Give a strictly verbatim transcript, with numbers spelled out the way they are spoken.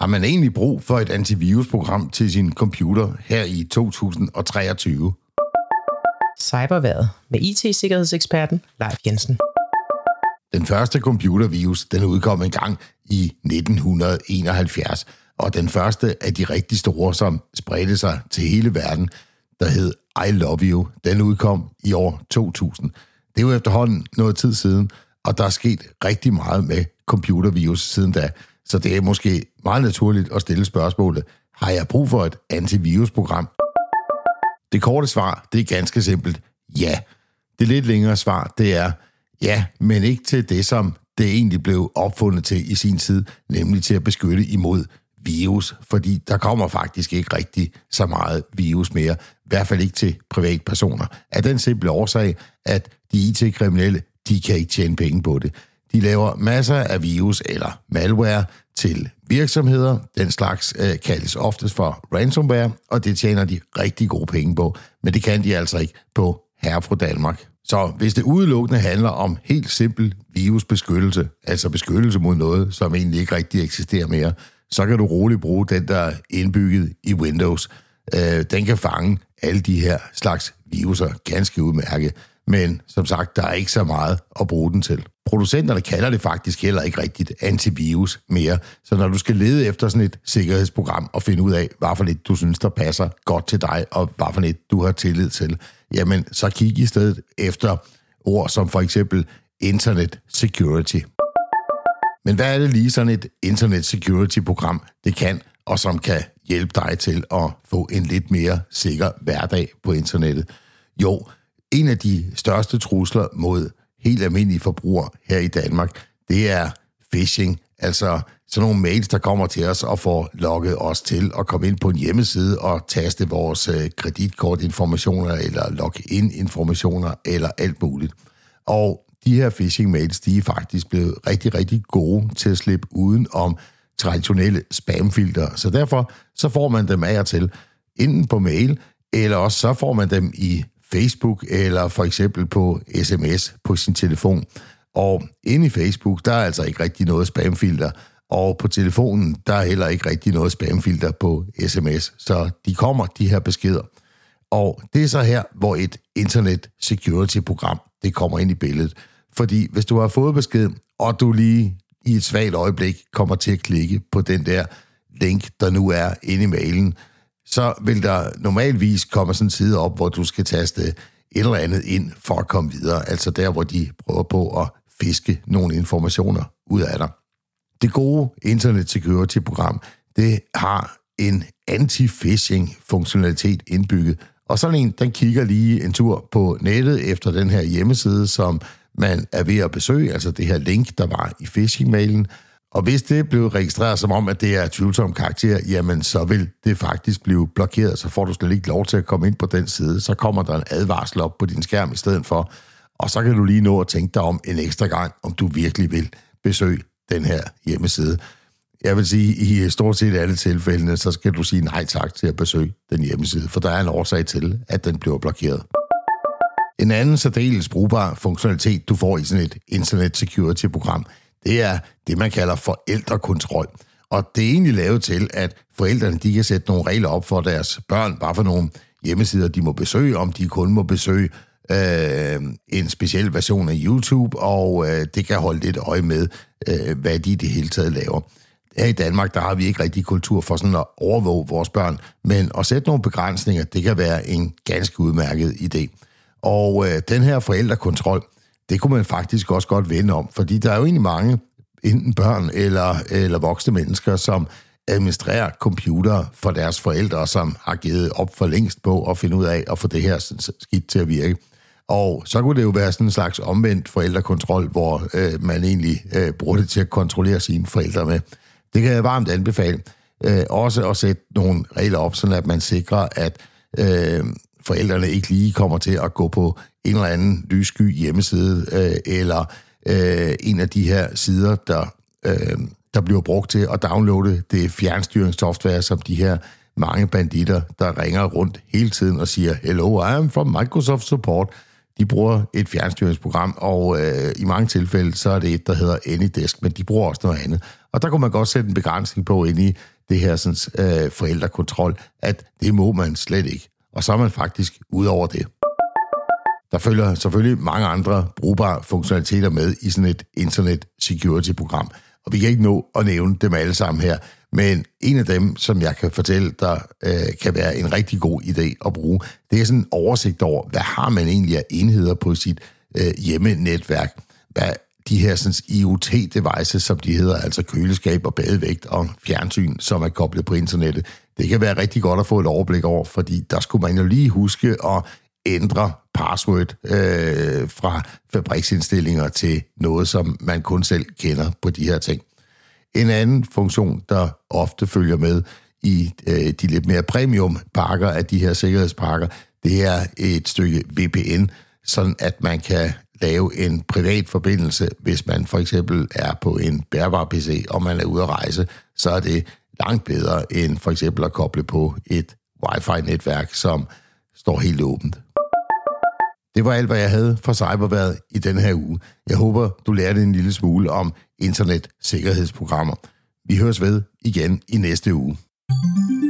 Har man egentlig brug for et antivirusprogram til sin computer her i to tusind og treogtyve? Cyberværet med I T-sikkerhedseksperten Leif Jensen. Den første computervirus, den udkom engang i nitten enoghalvfjerds, og den første af de rigtig store, som spredte sig til hele verden, der hed I Love You, den udkom i år to tusind. Det er jo efterhånden noget tid siden, og der er sket rigtig meget med computervirus siden da, så det er måske meget naturligt at stille spørgsmålet: har jeg brug for et antivirusprogram? Det korte svar, det er ganske simpelt: ja. Det lidt længere svar, det er ja, men ikke til det, som det egentlig blev opfundet til i sin tid, nemlig til at beskytte imod virus, fordi der kommer faktisk ikke rigtig så meget virus mere, i hvert fald ikke til privatpersoner. Af den simple årsag, at de I T-kriminelle, de kan ikke tjene penge på det. De laver masser af virus eller malware til virksomheder. Den slags øh, kaldes oftest for ransomware, og det tjener de rigtig gode penge på, men det kan de altså ikke på herre fra Danmark. Så hvis det udelukkende handler om helt simpel virusbeskyttelse, altså beskyttelse mod noget, som egentlig ikke rigtig eksisterer mere, så kan du roligt bruge den, der er indbygget i Windows. Øh, den kan fange alle de her slags viruser ganske udmærket, men som sagt, der er ikke så meget at bruge den til. Producenterne kalder det faktisk heller ikke rigtigt antivirus mere, så når du skal lede efter sådan et sikkerhedsprogram og finde ud af, hvad for et du synes, der passer godt til dig, og hvad for et du har tillid til, jamen så kig i stedet efter ord som for eksempel Internet Security. Men hvad er det lige sådan et Internet Security-program, det kan, og som kan hjælpe dig til at få en lidt mere sikker hverdag på internettet? Jo, en af de største trusler mod helt almindelige forbrugere her i Danmark, det er phishing, altså sådan nogle mails, der kommer til os og får logget os til at komme ind på en hjemmeside og taste vores øh, kreditkortinformationer eller login-informationer eller alt muligt. Og de her phishing-mails, de er faktisk blevet rigtig, rigtig gode til at slippe uden om traditionelle spamfilter. Så derfor så får man dem af og til, enten på mail, eller også så får man dem i Facebook, eller for eksempel på sms på sin telefon. Og inde i Facebook, der er altså ikke rigtig noget spamfilter, og på telefonen, der er heller ikke rigtig noget spamfilter på sms. Så de kommer, de her beskeder. Og det er så her, hvor et Internet Security-program, det kommer ind i billedet. Fordi hvis du har fået besked, og du lige i et svagt øjeblik kommer til at klikke på den der link, der nu er inde i mailen, så vil der normalvis komme sådan en side op, hvor du skal taste et eller andet ind for at komme videre. Altså der, hvor de prøver på at fiske nogle informationer ud af dig. Det gode Internet Security-program, det har en anti-phishing-funktionalitet indbygget. Og sådan en, den kigger lige en tur på nettet efter den her hjemmeside, som man er ved at besøge, altså det her link, der var i phishing-mailen. Og hvis det blev registreret som om, at det er tvivlsom karakter, jamen så vil det faktisk blive blokeret, så får du slet ikke lov til at komme ind på den side. Så kommer der en advarsel op på din skærm i stedet for, og så kan du lige nå at tænke dig om en ekstra gang, om du virkelig vil besøge den her hjemmeside. Jeg vil sige, i stort set alle tilfældene, så skal du sige nej tak til at besøge den hjemmeside, for der er en årsag til, at den bliver blokeret. En anden særdeles brugbar funktionalitet, du får i sådan et Internet Security-program, det er det, man kalder forældrekontrol. Og det er egentlig lavet til, at forældrene de kan sætte nogle regler op for deres børn, bare for nogle hjemmesider, de må besøge, om de kun må besøge øh, en speciel version af YouTube, og øh, det kan holde lidt øje med, øh, hvad de i det hele taget laver. Her i Danmark, der har vi ikke rigtig kultur for sådan at overvåge vores børn, men at sætte nogle begrænsninger, det kan være en ganske udmærket idé. Og øh, den her forældrekontrol, det kunne man faktisk også godt vende om, fordi der er jo egentlig mange, enten børn eller, eller voksne mennesker, som administrerer computer for deres forældre, som har givet op for længst på at finde ud af at få det her skidt til at virke. Og så kunne det jo være sådan en slags omvendt forældrekontrol, hvor øh, man egentlig øh, bruger det til at kontrollere sine forældre med. Det kan jeg varmt anbefale. Øh, også at sætte nogle regler op, sådan at man sikrer, at øh, forældrene ikke lige kommer til at gå på en eller anden lyssky hjemmeside, øh, eller øh, en af de her sider, der, øh, der bliver brugt til at downloade det fjernstyringssoftware, som de her mange banditter, der ringer rundt hele tiden og siger, hello, I am from Microsoft Support. De bruger et fjernstyringsprogram, og øh, i mange tilfælde, så er det et, der hedder AnyDesk, men de bruger også noget andet. Og der kunne man godt sætte en begrænsning på inde i det her sådan, øh, forældrekontrol, at det må man slet ikke. Og så er man faktisk ud over det. Der følger selvfølgelig mange andre brugbare funktionaliteter med i sådan et Internet Security-program, og vi kan ikke nå at nævne dem alle sammen her, men en af dem, som jeg kan fortælle, der øh, kan være en rigtig god idé at bruge, det er sådan en oversigt over, hvad har man egentlig af enheder på sit øh, hjemmenetværk, hvad de her sådan, I O T-devices, som de hedder, altså køleskab og badevægt og fjernsyn, som er koblet på internettet. Det kan være rigtig godt at få et overblik over, fordi der skulle man jo lige huske at ændre password øh, fra fabriksindstillinger til noget, som man kun selv kender på de her ting. En anden funktion, der ofte følger med i øh, de lidt mere premium-pakker af de her sikkerhedspakker, det er et stykke V P N, sådan at man kan lave en privat forbindelse, hvis man for eksempel er på en bærbar P C, og man er ude at rejse, så er det langt bedre end for eksempel at koble på et wifi-netværk, som står helt åbent. Det var alt, hvad jeg havde for Cyberværet i denne her uge. Jeg håber, du lærte en lille smule om internetsikkerhedsprogrammer. Vi høres ved igen i næste uge.